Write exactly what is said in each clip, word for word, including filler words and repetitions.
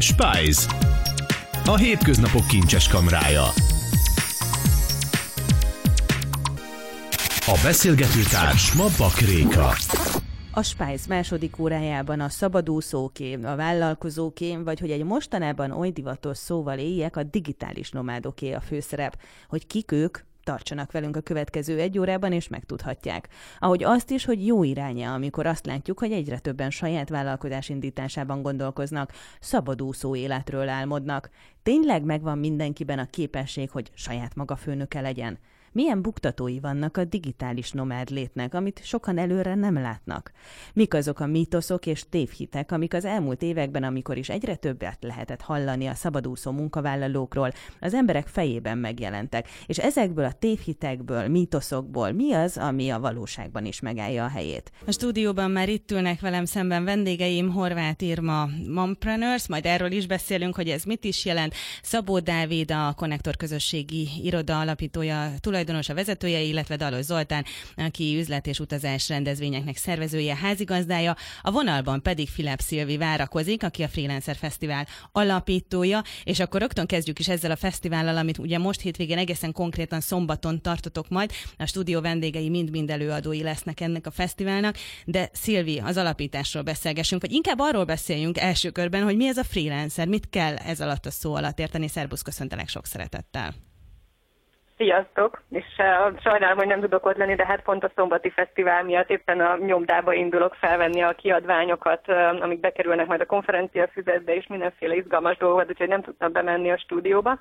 Spice. A hétköznapok kincses kamrája. A beszélgető társ ma Bak Réka. A Spice második órájában a szabadúszóké, a vállalkozóké, vagy hogy egy mostanában oly divatos szóval éljek, a digitális nomádoké a főszerep. Hogy kik ők, tartsanak velünk a következő egy órában, és megtudhatják. Ahogy azt is, hogy jó irányja, amikor azt látjuk, hogy egyre többen saját vállalkozás indításában gondolkoznak, szabadúszó életről álmodnak. Tényleg megvan mindenkiben a képesség, hogy saját maga főnöke legyen? Milyen buktatói vannak a digitális nomád létnek, amit sokan előre nem látnak? Mik azok a mítoszok és tévhitek, amik az elmúlt években, amikor is egyre többet lehetett hallani a szabadúszó munkavállalókról, az emberek fejében megjelentek? És ezekből a tévhitekből, mítoszokból mi az, ami a valóságban is megállja a helyét? A stúdióban már itt ülnek velem szemben vendégeim, Horváth Irma, Mompreneurs, majd erről is beszélünk, hogy ez mit is jelent. Szabó Dávid, a Konnektor közösségi iroda alapítója, tulajdonos a vezetője, illetve Dalos Zoltán, aki üzlet és utazás rendezvényeknek szervezője, házigazdája. A vonalban pedig Filip Szilvi várakozik, aki a Freelancer Fesztivál alapítója, és akkor rögtön kezdjük is ezzel a fesztivállal, amit ugye most hétvégén egészen konkrétan szombaton tartotok majd. A stúdió vendégei mind-mind előadói lesznek ennek a fesztiválnak, de Szilvi, az alapításról beszélgessünk, vagy inkább arról beszéljünk első körben, hogy mi ez a freelancer, mit kell ez alatt a szó alatt érteni. Szerbusz, köszöntelek sok szeretettel. Sziasztok! És uh, sajnálom, hogy nem tudok ott lenni, de hát pont a szombati fesztivál miatt éppen a nyomdába indulok felvenni a kiadványokat, uh, amik bekerülnek majd a konferenciafüzetbe, és mindenféle izgalmas dolgokat, úgyhogy nem tudtam bemenni a stúdióba.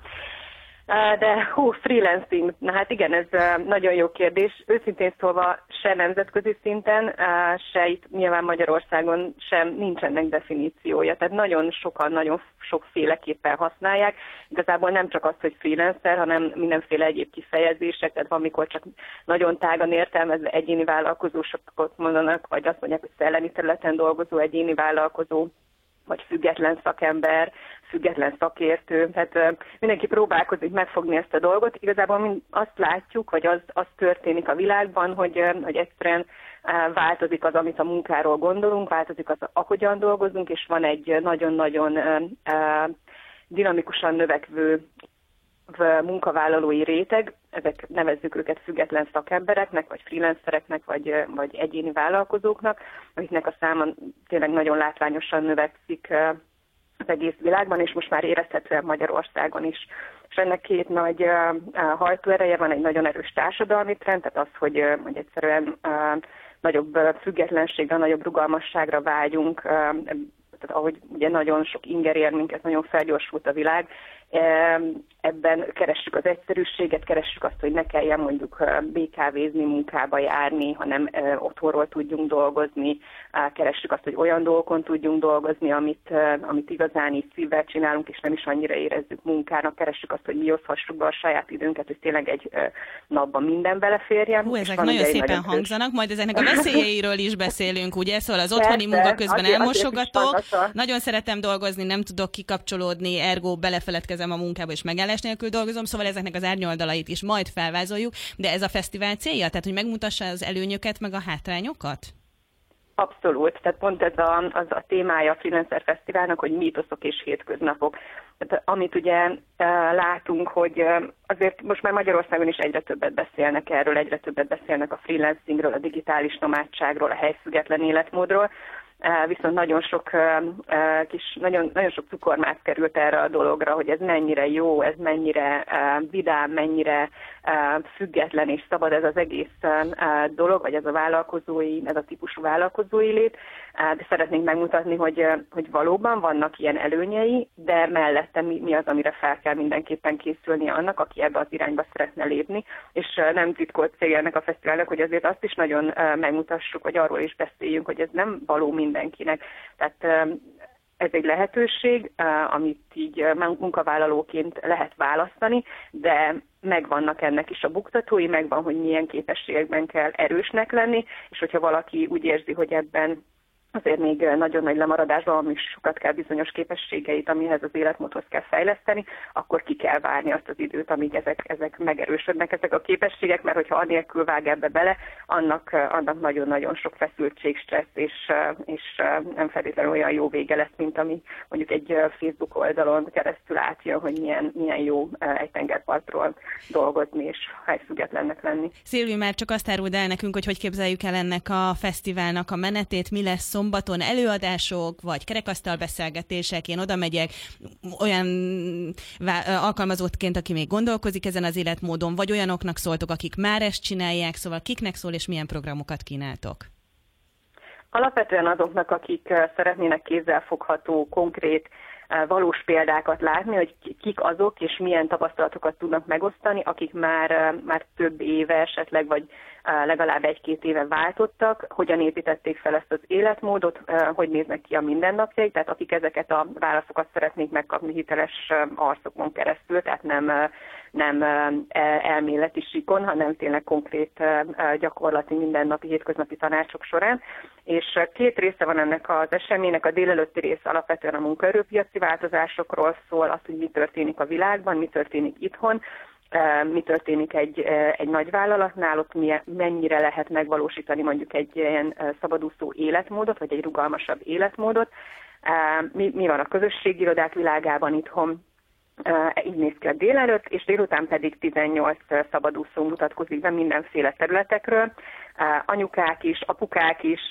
De hú, freelancing, na hát igen, ez nagyon jó kérdés. Őszintén szólva se nemzetközi szinten, se itt nyilván Magyarországon sem nincs ennek definíciója. Tehát nagyon sokan, nagyon sokféleképpen használják. Igazából nem csak az, hogy freelancer, hanem mindenféle egyéb kifejezések, tehát van, mikor csak nagyon tágan értelmezve egyéni vállalkozósokat mondanak, vagy azt mondják, hogy szellemi területen dolgozó egyéni vállalkozó, vagy független szakember, független szakértő, tehát mindenki próbálkozik megfogni ezt a dolgot. Igazából azt látjuk, vagy az, az történik a világban, hogy, hogy egyszerűen változik az, amit a munkáról gondolunk, változik az, ahogyan dolgozunk, és van egy nagyon-nagyon dinamikusan növekvő munkavállalói réteg, ezek nevezzük őket független szakembereknek, vagy freelancereknek, vagy, vagy egyéni vállalkozóknak, akiknek a száma tényleg nagyon látványosan növekszik az egész világban, és most már érezhetően Magyarországon is. És ennek két nagy uh, hajtóereje van, egy nagyon erős társadalmi trend, tehát az, hogy, uh, hogy egyszerűen uh, nagyobb függetlenségre, nagyobb rugalmasságra vágyunk, uh, tehát ahogy ugye nagyon sok inger ér minket, nagyon felgyorsult a világ, ebben keressük az egyszerűséget, keressük azt, hogy ne kelljen mondjuk bé ká vézni, munkába járni, hanem otthonról tudjunk dolgozni, keressük azt, hogy olyan dolgokon tudjunk dolgozni, amit, amit igazán így szívvel csinálunk, és nem is annyira érezzük munkának, keressük azt, hogy mi oszthassuk be a saját időnket, hogy tényleg egy napban minden beleférjen. Hú, ezek nagyon szépen nagyon hangzanak, köz... majd ezeknek a veszélyeiről is beszélünk, ugye? Szóval az otthoni Persze, munka közben azért, elmosogatok, azért nagyon szeretem dolgozni, nem tudok kikapcsolódni, ergo belefeledkezem a munkába, és megállás nélkül dolgozom, szóval ezeknek az árnyoldalait is majd felvázoljuk, de ez a fesztivál célja? Tehát, hogy megmutassa az előnyöket, meg a hátrányokat? Abszolút. Tehát pont ez a, az a témája a Freelancer Fesztiválnak, hogy mítoszok és hétköznapok. Tehát, amit ugye látunk, hogy azért most már Magyarországon is egyre többet beszélnek erről, egyre többet beszélnek a freelancingről, a digitális nomádságról, a helyfüggetlen életmódról, viszont nagyon sok kis, nagyon, nagyon sok cukormáz került erre a dologra, hogy ez mennyire jó, ez mennyire vidám, mennyire független és szabad ez az egész dolog, vagy ez a vállalkozói, ez a típusú vállalkozói lét, de szeretnénk megmutatni, hogy, hogy valóban vannak ilyen előnyei, de mellette mi, mi az, amire fel kell mindenképpen készülni annak, aki ebbe az irányba szeretne lépni, és nem titkolt célja ennek a fesztiválnak, hogy azért azt is nagyon megmutassuk, vagy arról is beszéljünk, hogy ez nem való mindenkinek. Tehát ez egy lehetőség, amit így munkavállalóként lehet választani, de megvannak ennek is a buktatói, megvan, hogy milyen képességekben kell erősnek lenni, és hogyha valaki úgy érzi, hogy ebben azért még nagyon nagy lemaradásban van, és sokat kell bizonyos képességeit, amihez az életmódhoz kell fejleszteni, akkor ki kell várni azt az időt, amíg ezek, ezek megerősödnek, ezek a képességek, mert hogyha anélkül vág ebbe bele, annak, annak nagyon-nagyon sok feszültség, stressz, és, és nem feltétlenül olyan jó vége lesz, mint ami mondjuk egy Facebook oldalon keresztül átjön, hogy milyen, milyen jó egy tengerpartról dolgozni, és helyfüggetlennek lenni. Szilvi, már csak azt áruld el nekünk, hogy hogy képzeljük el ennek a fesztiválnak a menetét, mi lesz szombaton, előadások, vagy kerekasztalbeszélgetések, én oda megyek olyan alkalmazottként, aki még gondolkozik ezen az életmódon, vagy olyanoknak szóltok, akik már ezt csinálják, szóval kiknek szól, és milyen programokat kínáltok? Alapvetően azoknak, akik szeretnének kézzelfogható, konkrét, valós példákat látni, hogy kik azok, és milyen tapasztalatokat tudnak megosztani, akik már, már több éve esetleg, vagy legalább egy-két éve váltottak, hogyan építették fel ezt az életmódot, hogy néznek ki a mindennapjaik, tehát akik ezeket a válaszokat szeretnék megkapni hiteles arcokon keresztül, tehát nem, nem elméleti síkon, hanem tényleg konkrét gyakorlati, mindennapi, hétköznapi tanácsok során. És két része van ennek az eseménynek, a délelőtti rész alapvetően a munkaerőpiaci változásokról szól, az, hogy mi történik a világban, mi történik itthon, mi történik egy, egy nagyvállalatnál, ott mennyire lehet megvalósítani mondjuk egy ilyen szabadúszó életmódot, vagy egy rugalmasabb életmódot, mi, mi van a közösségirodák világában itthon, így néz ki a délelőtt, és délután pedig tizennyolc szabadúszó mutatkozik be mindenféle területekről, anyukák is, apukák is,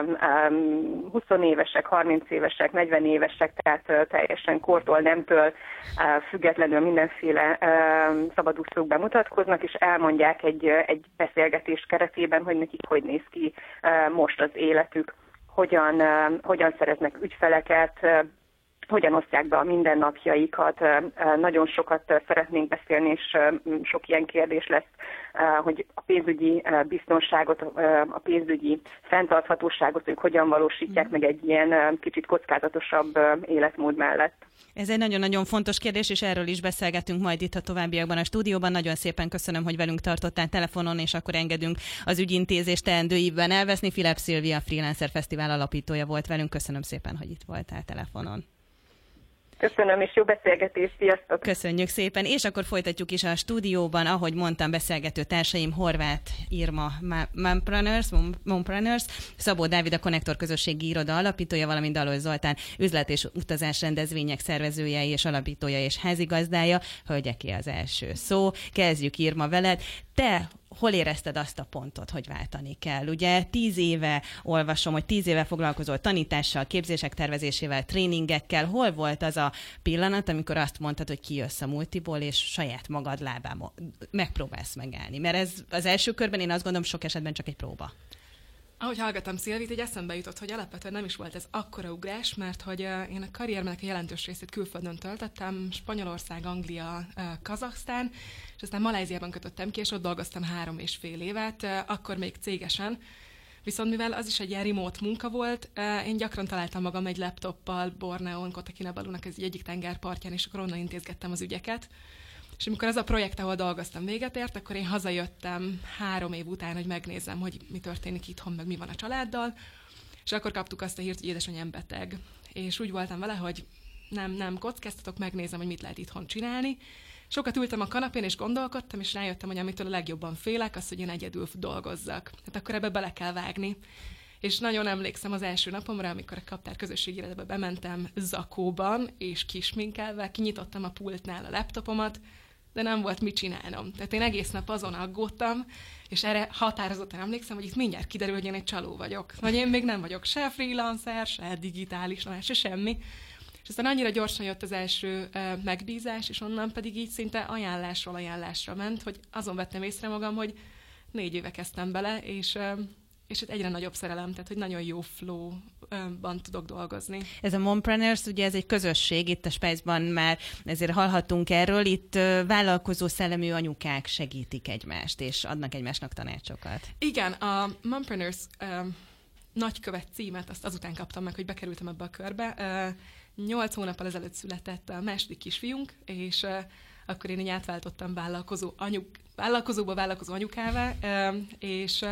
húsz évesek, harminc évesek, negyven évesek, tehát teljesen kortól, nemtől függetlenül mindenféle szabadúszók bemutatkoznak, és elmondják egy, egy beszélgetés keretében, hogy nekik hogy néz ki most az életük, hogyan, hogyan szereznek ügyfeleket, hogyan osztják be a mindennapjaikat. Nagyon sokat szeretnénk beszélni, és sok ilyen kérdés lesz, hogy a pénzügyi biztonságot, a pénzügyi fenntarthatóságot, ők hogyan valósítják meg egy ilyen kicsit kockázatosabb életmód mellett. Ez egy nagyon-nagyon fontos kérdés, és erről is beszélgetünk majd itt a továbbiakban a stúdióban. Nagyon szépen köszönöm, hogy velünk tartottál telefonon, és akkor engedünk az ügyintézés teendőiben elveszni. Filip Szilvi, a Freelancer Fesztivál alapítója volt velünk. Köszönöm szépen, hogy itt voltál telefonon. Köszönöm, és jó beszélgetést, sziasztok! Köszönjük szépen, és akkor folytatjuk is a stúdióban, ahogy mondtam, beszélgető társaim Horváth Irma Mompreneurs, Mompreneurs, Szabó Dávid, a Konnektor közösségi iroda alapítója, valamint Daloy Zoltán, üzlet- és utazásrendezvények szervezője és alapítója és házigazdája. Hölgyeké az első szó. Kezdjük, Irma, veled. Te hol érezted azt a pontot, hogy váltani kell? Ugye tíz éve olvasom, hogy tíz éve foglalkozol tanítással, képzések tervezésével, tréningekkel. Hol volt az a pillanat, amikor azt mondtad, hogy kijössz a multiból, és saját magad lábán megpróbálsz megállni? Mert ez az első körben, én azt gondolom, sok esetben csak egy próba. Ahogy hallgattam Szilvit, így eszembe jutott, hogy alapvetően nem is volt ez akkora ugrás, mert hogy uh, én a karrieremnek a jelentős részét külföldön töltöttem, Spanyolország, Anglia, uh, Kazaksztán, és aztán Malajziában kötöttem ki, és ott dolgoztam három és fél évet, uh, akkor még cégesen. Viszont mivel az is egy ilyen remote munka volt, uh, én gyakran találtam magam egy laptoppal Borneón, Kota Kinabalunak ez egyik tengerpartján, és akkor onnan intézgettem az ügyeket. És amikor az a projekt, ahol dolgoztam, véget ért, akkor én hazajöttem három év után, hogy megnézzem, hogy mi történik itthon, meg mi van a családdal, és akkor kaptuk azt a hírt, hogy édesanyám beteg. És úgy voltam vele, hogy nem, nem kockáztatok, megnézem, hogy mit lehet itthon csinálni. Sokat ültem a kanapén, és gondolkodtam, és rájöttem, hogy amitől a legjobban félek, az, hogy én egyedül dolgozzak. Hát akkor ebbe bele kell vágni. És nagyon emlékszem az első napomra, amikor a Kaptár közösségi irodába bementem zakóban, és kisminkelve, kinyitottam a pultnál a laptopomat, de nem volt mit csinálnom. Tehát én egész nap azon aggódtam, és erre határozottan emlékszem, hogy itt mindjárt kiderül, hogy én egy csaló vagyok. Vagy én még nem vagyok se freelancer, se digitális, se semmi. És aztán annyira gyorsan jött az első uh, megbízás, és onnan pedig így szinte ajánlásról ajánlásra ment, hogy azon vettem észre magam, hogy négy éve kezdtem bele, és... Uh, és itt egyre nagyobb szerelem, tehát hogy nagyon jó flow-ban tudok dolgozni. Ez a Mompreneurs, ugye ez egy közösség, itt a Spice-ban már ezért hallhattunk erről, itt vállalkozó szellemű anyukák segítik egymást, és adnak egymásnak tanácsokat. Igen, a Mompreneurs uh, nagykövet címet azt azután kaptam meg, hogy bekerültem ebbe a körbe. Uh, Nyolc hónappal ezelőtt született a második kisfiunk, és uh, akkor én így átváltottam vállalkozó anyuk, vállalkozóba vállalkozó anyukává, uh, és uh,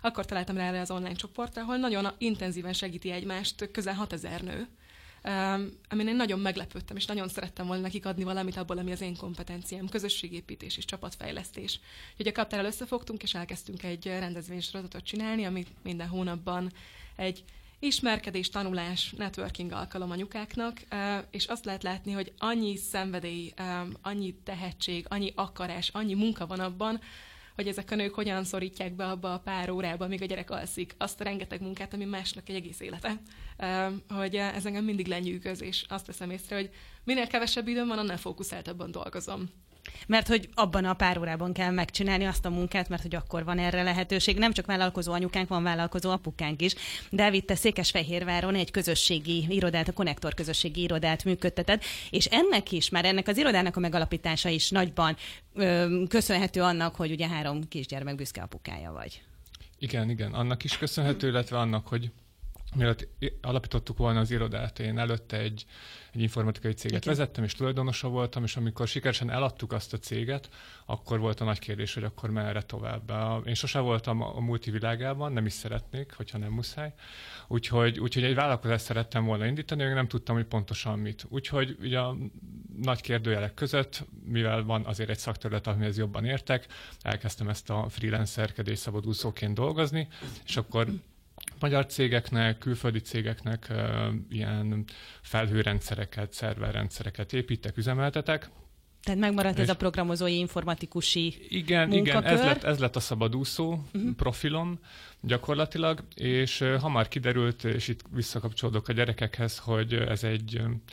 akkor találtam rá erre az online csoportra, ahol nagyon intenzíven segíti egymást közel hatezer nő. Um, amin én nagyon meglepődtem, és nagyon szerettem volna nekik adni valamit abból, ami az én kompetenciám, közösségépítés és csapatfejlesztés. Úgyhogy a kaptárral összefogtunk, és elkezdtünk egy rendezvénysorozatot csinálni, amit minden hónapban egy ismerkedés, tanulás, networking alkalom anyukáknak, és azt lehet látni, hogy annyi szenvedély, annyi tehetség, annyi akarás, annyi munka van abban, hogy ezek a nők hogyan szorítják be abba a pár órába, amíg a gyerek alszik, azt a rengeteg munkát, ami másnak egy egész élete. Hogy ez engem mindig lenyűgöz, és azt veszem észre, hogy minél kevesebb időm van, annál fókuszáltabban dolgozom. Mert hogy abban a pár órában kell megcsinálni azt a munkát, mert hogy akkor van erre lehetőség. Nem csak vállalkozó anyukánk, van vállalkozó apukánk is. Dávid, te Székesfehérváron egy közösségi irodát, a Konnektor közösségi irodát működteted, és ennek is, már ennek az irodának a megalapítása is nagyban ö, köszönhető annak, hogy ugye három kisgyermek büszke apukája vagy. Igen, igen, annak is köszönhető, illetve annak, hogy mielőtt alapítottuk volna az irodát, én előtte egy, egy informatikai céget okay. vezettem, és tulajdonosa voltam, és amikor sikeresen eladtuk azt a céget, akkor volt a nagy kérdés, hogy akkor merre tovább. Én sose voltam a multivilágában, nem is szeretnék, hogyha nem muszáj. Úgyhogy, úgyhogy egy vállalkozást szerettem volna indítani, én nem tudtam, hogy pontosan mit. Úgyhogy ugye a nagy kérdőjelek között, mivel van azért egy szakterület, amihez jobban értek, elkezdtem ezt a freelancerkedés szabadúszóként dolgozni, és akkor magyar cégeknek, külföldi cégeknek uh, ilyen felhőrendszereket, szerverrendszereket építek, üzemeltetek. Tehát megmaradt ez a programozói, informatikusi igen, munkakör. Igen, ez lett, ez lett a szabadúszó uh-huh. profilom gyakorlatilag, és uh, hamar kiderült, és itt visszakapcsolódok a gyerekekhez, hogy ez egy um,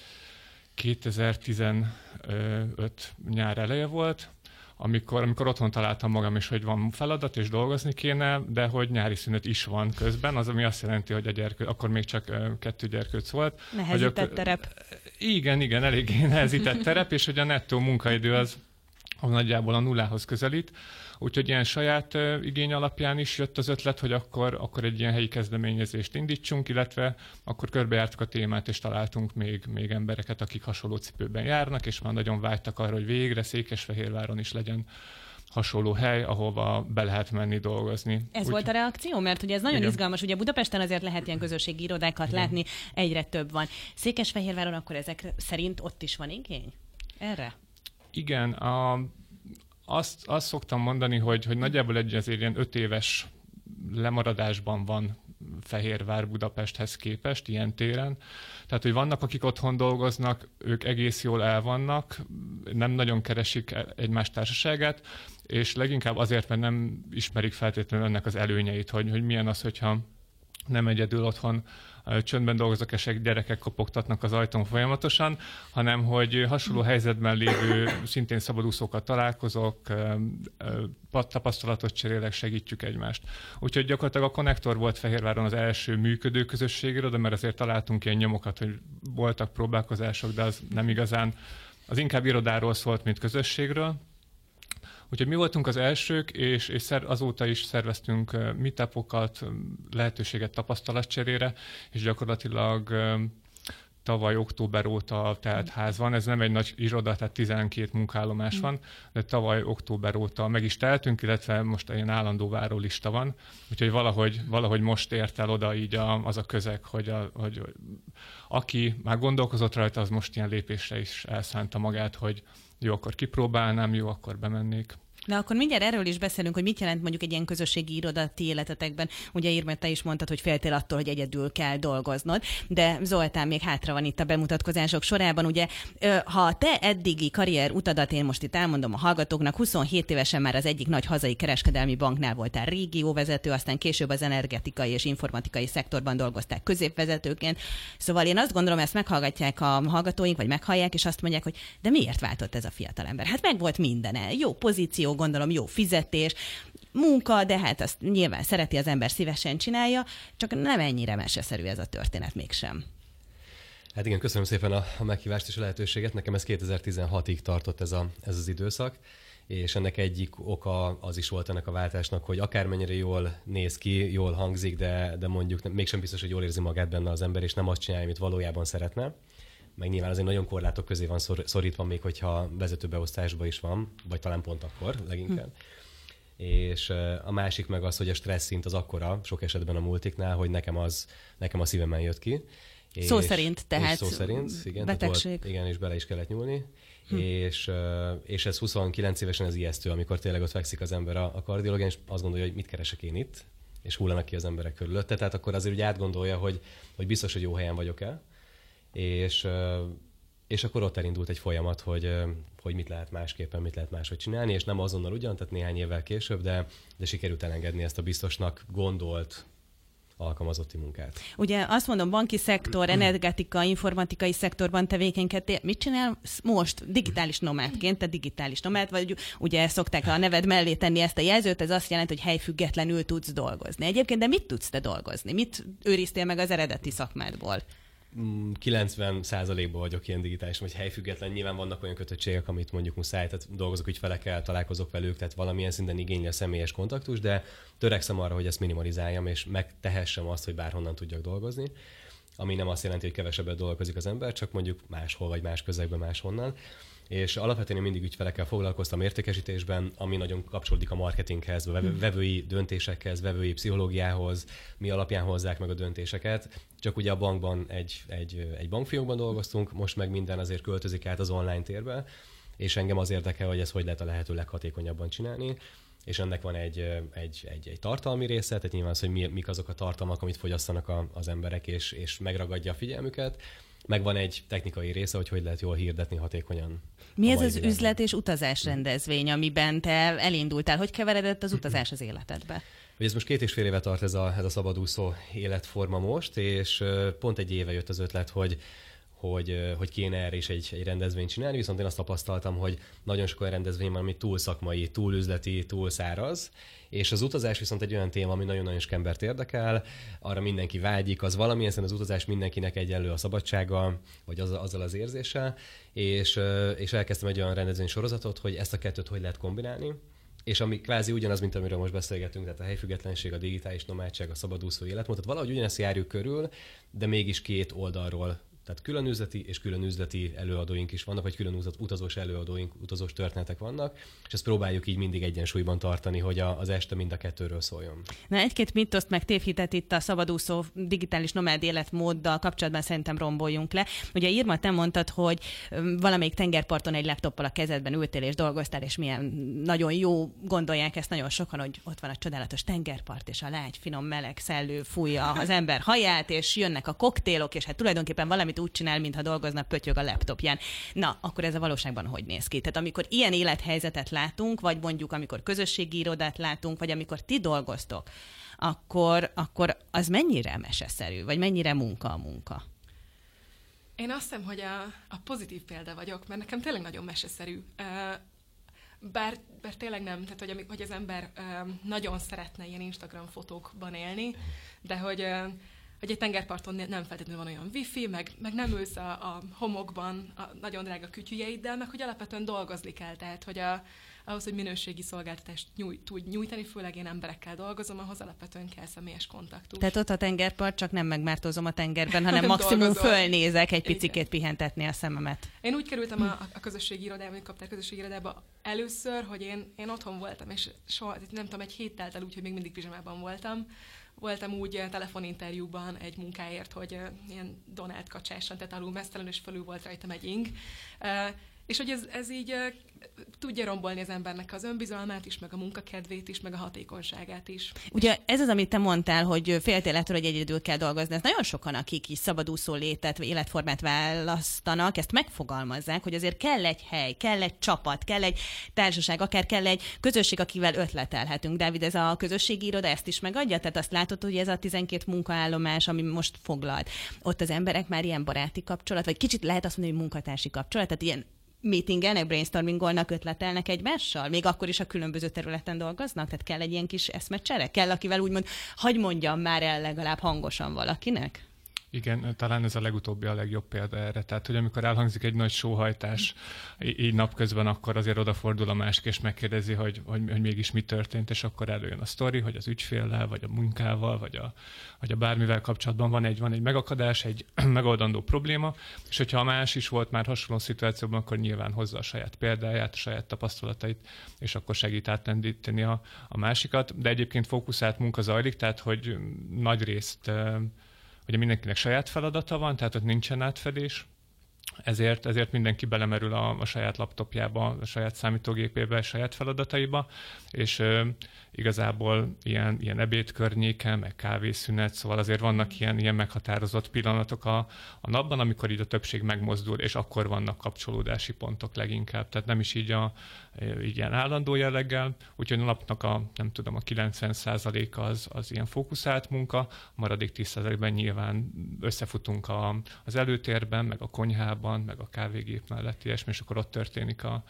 kétezer-tizenöt nyár eleje volt, Amikor, amikor otthon találtam magam is, hogy van feladat, és dolgozni kéne, de hogy nyári szünet is van közben, az, ami azt jelenti, hogy a gyerkő, akkor még csak kettő gyerkőc volt. Nehezített terep. Igen, igen, eléggé nehezített terep, és hogy a nettó munkaidő az, az nagyjából a nullához közelít. Úgyhogy ilyen saját uh, igény alapján is jött az ötlet, hogy akkor, akkor egy ilyen helyi kezdeményezést indítsunk, illetve akkor körbejártuk a témát, és találtunk még, még embereket, akik hasonló cipőben járnak, és már nagyon vágytak arra, hogy végre Székesfehérváron is legyen hasonló hely, ahova be lehet menni dolgozni. Ez Úgy... volt a reakció? Mert ugye ez nagyon igen. izgalmas. Ugye Budapesten azért lehet ilyen közösségi irodákat igen. látni, egyre több van. Székesfehérváron akkor ezek szerint ott is van igény? Erre? Igen, a... Azt, azt szoktam mondani, hogy, hogy nagyjából egy azért ilyen öt éves lemaradásban van Fehérvár Budapesthez képest, ilyen téren. Tehát, hogy vannak, akik otthon dolgoznak, ők egész jól el vannak, nem nagyon keresik egymás társaságát, és leginkább azért, mert nem ismerik feltétlenül ennek az előnyeit, hogy, hogy milyen az, hogyha nem egyedül otthon csöndben dolgozok, és gyerekek kopogtatnak az ajtón folyamatosan, hanem hogy hasonló helyzetben lévő, szintén szabadúszókkal találkozok, tapasztalatot cserélek, segítjük egymást. Úgyhogy gyakorlatilag a Konnektor volt Fehérváron az első működő közösségről, de mert azért találtunk ilyen nyomokat, hogy voltak próbálkozások, de az nem igazán, az inkább irodáról szólt, mint közösségről. Úgyhogy mi voltunk az elsők, és, és szer, azóta is szerveztünk uh, meetupokat, lehetőséget tapasztalatcserére, és gyakorlatilag uh, tavaly október óta telt ház van. Ez nem egy nagy iroda, tehát tizenkét munkállomás van, de tavaly október óta meg is teltünk, illetve most ilyen állandó várólista van. Úgyhogy valahogy, valahogy most ért el oda így a, az a közeg, hogy, a, hogy aki már gondolkozott rajta, az most ilyen lépésre is elszánta magát, hogy jó, akkor kipróbálnám, jó, akkor bemennék. Na akkor mindjárt erről is beszélünk, hogy mit jelent mondjuk egy ilyen közösségi iroda ti életetekben. Ugye Irma, te is mondtad, hogy féltél attól, hogy egyedül kell dolgoznod, de Zoltán még hátra van itt a bemutatkozások sorában. Ugye, ha a te eddigi karrier utadat, én most itt elmondom a hallgatóknak, huszonhét évesen már az egyik nagy hazai kereskedelmi banknál voltál régióvezető, aztán később az energetikai és informatikai szektorban dolgoztál középvezetőként. Szóval én azt gondolom, ezt meghallgatják a hallgatóink, vagy meghallják, és azt mondják, hogy de miért váltott ez a fiatalember? Hát meg volt mindene. Jó pozíció, gondolom, jó fizetés, munka, de hát azt nyilván szereti az ember, szívesen csinálja, csak nem ennyire meseszerű ez a történet mégsem. Hát igen, köszönöm szépen a, a meghívást és a lehetőséget. Nekem ez kétezer-tizenhatig tartott ez, a, ez az időszak, és ennek egyik oka az is volt ennek a váltásnak, hogy akármennyire jól néz ki, jól hangzik, de, de mondjuk nem, mégsem biztos, hogy jól érzi magát benne az ember, és nem azt csinálja, amit valójában szeretne. Meg nyilván azért nagyon korlátok közé van szorítva, még hogyha vezetőbeosztásban is van, vagy talán pont akkor leginkább. Hm. és a másik meg az, hogy a stressz szint az akkora, sok esetben a multiknál, hogy nekem, az, nekem a szívemen jött ki. Szó és, szerint, tehát szó szerint, igen, betegség. Volt, igen, és bele is kellett nyúlni. Hm. És, és ez huszonkilenc évesen ez ijesztő, amikor tényleg ott fekszik az ember a, a kardiológián, és azt gondolja, hogy mit keresek én itt, és hullanak ki az emberek körülötte. Tehát akkor azért úgy átgondolja, hogy, hogy biztos, hogy jó helyen vagyok-e. És, és akkor ott elindult egy folyamat, hogy, hogy mit lehet másképpen, mit lehet máshogy csinálni, és nem azonnal ugyan, tehát néhány évvel később, de, de sikerült elengedni ezt a biztosnak gondolt alkalmazotti munkát. Ugye azt mondom, banki szektor, energetika, informatikai szektorban tevékenykedtél. Mit csinál most digitális nomádként? Te digitális nomád vagy, ugye szokták a neved mellé tenni ezt a jelzőt, ez azt jelenti, hogy helyfüggetlenül tudsz dolgozni. Egyébként, de mit tudsz te dolgozni? Mit őriztél meg az eredeti szakmádból? kilencven százalékban vagyok ilyen digitális, vagy helyfüggetlen. Nyilván vannak olyan kötöttségek, amit mondjuk muszáj, tehát dolgozok ügyfelekkel, találkozok velük, tehát valamilyen szinten igényli a személyes kontaktus, de törekszem arra, hogy ezt minimalizáljam, és megtehessem azt, hogy bárhonnan tudjak dolgozni, ami nem azt jelenti, hogy kevesebbet dolgozik az ember, csak mondjuk máshol, vagy más közegben, máshonnan. És alapvetően én mindig ügyfelekkel foglalkoztam értékesítésben, ami nagyon kapcsolódik a marketinghez, a vevői döntésekhez, vevői pszichológiához, mi alapján hozzák meg a döntéseket. Csak ugye a bankban egy, egy, egy bankfiókban dolgoztunk, most meg minden azért költözik át az online térbe, és engem az érdekel, hogy ezt hogy lehet a lehető leghatékonyabban csinálni. És ennek van egy, egy, egy, egy tartalmi része, tehát nyilván az, hogy mi, mik azok a tartalmak, amit fogyasztanak a, az emberek, és, és megragadja a figyelmüket. Meg van egy technikai része, hogy hogy lehet jól hirdetni hatékonyan. Mi ez az világban. Üzlet és utazás rendezvény, amiben te elindultál? Hogy keveredett az utazás az életedbe? Ez most két és fél éve tart ez a, ez a szabadúszó életforma most, és pont egy éve jött az ötlet, hogy hogy, hogy kéne erre is egy, egy rendezvényt csinálni, viszont én azt tapasztaltam, hogy nagyon sok olyan rendezvény van, ami túl szakmai, túl üzleti, túl száraz, és az utazás viszont egy olyan téma, ami nagyon-nagyon sok embert érdekel, arra mindenki vágyik, az valamilyen szerint az utazás mindenkinek egyenlő a szabadsága, vagy az, azzal az érzéssel, és, és elkezdtem egy olyan rendezvény sorozatot, hogy ezt a kettőt hogy lehet kombinálni, és ami kvázi ugyanaz, mint amiről most beszélgetünk, tehát a helyfüggetlenség, a digitális nomádság, a szabadúszó életmód, tehát valahogy ugyanezt járjuk körül, de mégis két oldalról. Tehát külön üzleti és külön üzleti előadóink is vannak, vagy külön utazós előadóink, utazós történetek vannak, és ezt próbáljuk így mindig egyensúlyban tartani, hogy a, az este mind a kettőről szóljon. Na, egy-két mitoszt meg tévhitet itt a szabadúszó digitális nomád életmóddal kapcsolatban szerintem romboljunk le. Ugye Irma, te mondtad, hogy valamelyik tengerparton egy laptoppal a kezedben ültél és dolgoztál, és milyen nagyon jó gondolják ezt nagyon sokan, hogy ott van a csodálatos tengerpart, és a lágy, finom, meleg szellő fújja az ember haját, és jönnek a koktélok, és hát tulajdonképpen valamit úgy csinál, mintha dolgozna, pötyög a laptopján. Na, akkor ez a valóságban hogy néz ki? Tehát amikor ilyen élethelyzetet látunk, vagy mondjuk amikor közösségi irodát látunk, vagy amikor ti dolgoztok, akkor, akkor az mennyire meseszerű, vagy mennyire munka a munka? Én azt hiszem, hogy a, a pozitív példa vagyok, mert nekem tényleg nagyon meseszerű. Bár, bár tényleg nem, tehát hogy, hogy az ember nagyon szeretne ilyen Instagram fotókban élni, de hogy hogy egy tengerparton nem feltétlenül van olyan wifi, meg, meg nem ülsz a, a homokban a nagyon drága kütyüjeiddel, meg hogy alapvetően dolgozni kell, tehát hogy a, ahhoz, hogy minőségi szolgáltatást nyújt, tudj nyújtani, főleg én emberekkel dolgozom, ahhoz alapvetően kell személyes kontaktus. Tehát ott a tengerpart, csak nem megmártózom a tengerben, hanem maximum dolgozol. Fölnézek egy picikét Igen. pihentetni a szememet. Én úgy kerültem a, a közösségi irodába, vagy kaptál közösségi irodába először, hogy én, én otthon voltam, és soha, nem tudom, egy hét telt el úgy, hogy még mindig pizsamában voltam. Voltam úgy telefoninterjúban egy munkáért, hogy uh, ilyen Donald kacsásan, tehát alul mesztelen, és felül volt rajtam egy ing. Uh, és hogy ez, ez így uh, tudja rombolni az embernek az önbizalmát is, meg a munkakedvét is, meg a hatékonyságát is. Ugye ez az, amit te mondtál, hogy féltél ettől, hogy egyedül kell dolgozni. Ez nagyon sokan, akik is szabadúszó létet, életformát választanak, ezt megfogalmazzák, hogy azért kell egy hely, kell egy csapat, kell egy társaság, akár kell egy közösség, akivel ötletelhetünk. Dávid, ez a közösségi iroda ezt is megadja? Tehát azt látod, hogy ez a tizenkét munkaállomás, ami most foglalt. Ott az emberek már ilyen baráti kapcsolat, vagy kicsit lehet azt mondani, hogy munkatársi kapcsolat, tehát ilyen meetingelnek, brainstormingolnak, ötletelnek egymással? Még akkor is a különböző területen dolgoznak? Tehát kell egy ilyen kis eszmecsere? Kell, akivel úgymond, hagy mondjam már el legalább hangosan valakinek? Igen, talán ez a legutóbbi a legjobb példa erre. Tehát, hogy amikor elhangzik egy nagy sóhajtás így napközben, akkor azért odafordul a másik, és megkérdezi, hogy, hogy, hogy mégis mi történt, és akkor előjön a sztori, hogy az ügyféllel, vagy a munkával, vagy a, vagy a bármivel kapcsolatban van egy, van egy megakadás, egy megoldandó probléma, és hogyha a más is volt már hasonló szituációban, akkor nyilván hozza a saját példáját, a saját tapasztalatait, és akkor segít átlendíteni a, a másikat. De egyébként fókuszált munka zajlik, tehát, hogy nagy részt ugye mindenkinek saját feladata van, tehát ott nincsen átfedés, ezért, ezért mindenki belemerül a, a saját laptopjába, a saját számítógépébe, a saját feladataiba, és ö, igazából ilyen, ilyen ebéd környéken, meg kávészünet, szóval azért vannak ilyen, ilyen meghatározott pillanatok a, a napban, amikor így a többség megmozdul, és akkor vannak kapcsolódási pontok leginkább, tehát nem is így, a, így ilyen állandó jelleggel, úgyhogy a napnak a, nem tudom, a kilencven százaléka az, az ilyen fókuszált munka, a maradék tíz százalékban nyilván összefutunk a, az előtérben, meg a konyhában, meg a kávégép mellett ilyesmi, és akkor ott történik a,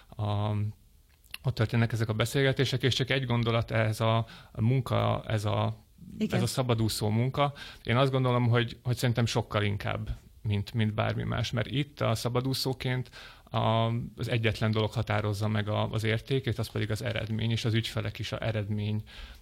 a ott történnek ezek a beszélgetések, és csak egy gondolat, ez a munka, ez a, ez a szabadúszó munka. Én azt gondolom, hogy, hogy szerintem sokkal inkább, mint, mint bármi más, mert itt a szabadúszóként a, az egyetlen dolog határozza meg a, az értékét, az pedig az eredmény, és az ügyfelek is az eredmény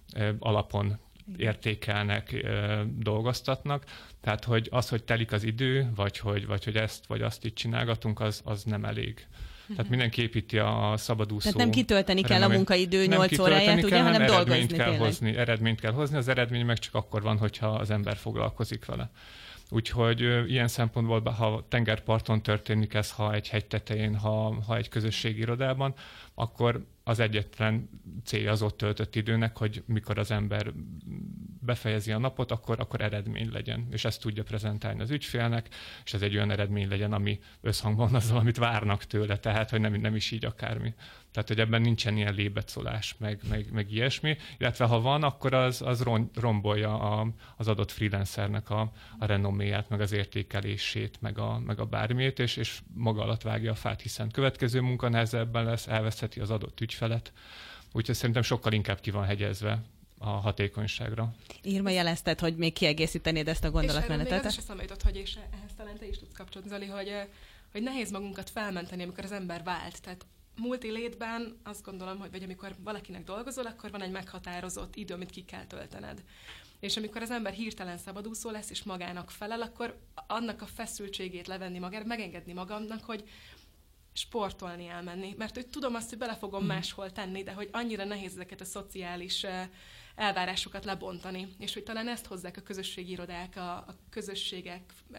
alapon értékelnek, dolgoztatnak. Tehát, hogy az, hogy telik az idő, vagy hogy, vagy hogy ezt vagy azt itt csinálgatunk, az, az nem elég. Tehát mindenki építi a szabadúszó. Tehát nem kitölteni kell a munkaidő nyolc óráját, ugye, hanem dolgozni kell tényleg. Hozni, eredményt kell hozni, az eredmény meg csak akkor van, hogyha az ember foglalkozik vele. Úgyhogy ö, ilyen szempontból, ha tengerparton történik ez, ha egy hegy tetején, ha, ha egy közösségi irodában, akkor az egyetlen célja az ott töltött időnek, hogy mikor az ember befejezi a napot, akkor, akkor eredmény legyen. És ezt tudja prezentálni az ügyfélnek, és ez egy olyan eredmény legyen, ami összhangban azzal, amit várnak tőle, tehát, hogy nem, nem is így akármi. Tehát, hogy ebben nincsen ilyen lébecolás, meg, meg, meg ilyesmi, illetve ha van, akkor az, az rombolja a, az adott freelancernek a, a renoméját, meg az értékelését, meg a, meg a bármiét, és, és maga alatt vágja a fát, hiszen következő munka nehezebben lesz, elveszheti az adott ügyfelet. Úgyhogy szerintem sokkal inkább ki van hegyezve a hatékonyságra. Irma, jelezted, hogy még kiegészítenéd ezt a gondolatmenetet. És még az is eszembe jutott, hogy és ehhez talán te is tudsz kapcsolódni, Zoli, hogy, hogy nehéz magunkat felmenteni, amikor az ember vált. Tehát multi létben azt gondolom, hogy vagy amikor valakinek dolgozol, akkor van egy meghatározott idő, amit ki kell töltened. És amikor az ember hirtelen szabadúszó lesz, és magának felel, akkor annak a feszültségét levenni magára, megengedni magamnak, hogy sportolni, elmenni. Mert hogy tudom azt, hogy bele fogom máshol tenni, de hogy annyira nehéz ezeket a szociális elvárásokat lebontani. És hogy talán ezt hozzák a közösségi irodák, a, a közösségek,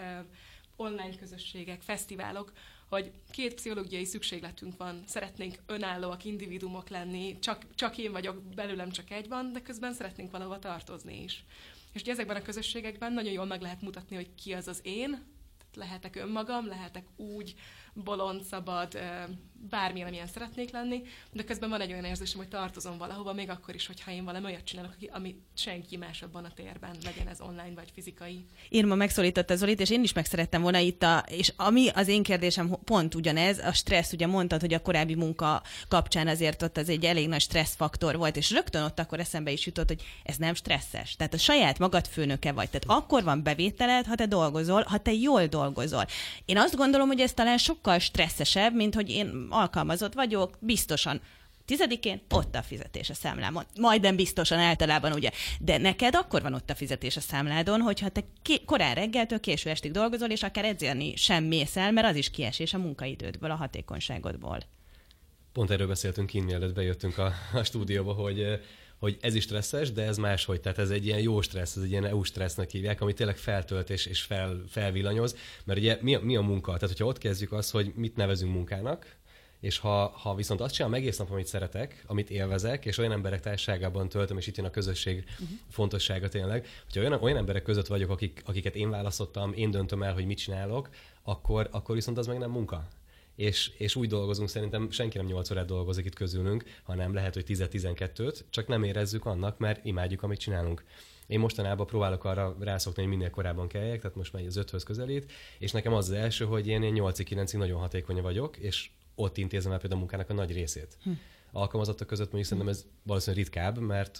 online közösségek, fesztiválok, hogy két pszichológiai szükségletünk van. Szeretnénk önállóak, individuumok lenni, csak, csak én vagyok, belőlem csak egy van, de közben szeretnénk valahova tartozni is. És ugye ezekben a közösségekben nagyon jól meg lehet mutatni, hogy ki az az én, lehetek önmagam, lehetek úgy bolond, szabad, bármilyen, amilyen szeretnék lenni, de közben van egy olyan érzésem, hogy tartozom valahova, még akkor is, hogyha én valami olyat csinálok, ami senki más abban a térben, legyen ez online vagy fizikai. Irma megszólította Zolit, és én is meg szerettem volna itt, a, és ami az én kérdésem pont ugyanez, a stressz, ugye mondtad, hogy a korábbi munka kapcsán azért ott az egy elég nagy stresszfaktor volt, és rögtön ott akkor eszembe is jutott, hogy ez nem stresszes. Tehát a saját magad főnöke vagy. Tehát akkor van bevételed, ha te dolgozol, ha te jól dolgozol. Én azt gondolom, hogy ez talán sokkal stresszesebb, mint hogy én alkalmazott vagyok, biztosan tizedikén ott a fizetés a számlámon. Majdnem biztosan általában, ugye. De neked akkor van ott a fizetés a számládon, hogyha te ké- korán reggeltől késő estig dolgozol, és akár edzeni sem mész el, mert az is kiesés a munkaidődből, a hatékonyságodból. Pont erről beszéltünk kint, mielőtt bejöttünk a, a stúdióba, hogy hogy ez is stresszes, de ez máshogy. Tehát ez egy ilyen jó stressz, ez egy ilyen é u stressznek hívják, ami tényleg feltölt és, és fel, felvillanyoz. Mert ugye mi a, mi a munka? Tehát hogyha ott kezdjük azt, hogy mit nevezünk munkának, és ha, ha viszont azt csinálom egész nap, amit szeretek, amit élvezek, és olyan emberek társaságában töltöm, és itt jön a közösség uh-huh. fontossága tényleg, hogyha olyan, olyan emberek között vagyok, akik, akiket én választottam, én döntöm el, hogy mit csinálok, akkor, akkor viszont az meg nem munka. És, és úgy dolgozunk, szerintem senki nem nyolc órát dolgozik itt közülünk, hanem lehet, hogy tíz-tizenkettőt, csak nem érezzük annak, mert imádjuk, amit csinálunk. Én mostanában próbálok arra rászokni, hogy minél korábban keljek, tehát most már az öthöz közelít, és nekem az az első, hogy én, én nyolcig-kilencig nagyon hatékony vagyok, és ott intézem el például a munkának a nagy részét. Hm. Alkalmazottak között mondjuk hm. szerintem ez valószínűleg ritkább, mert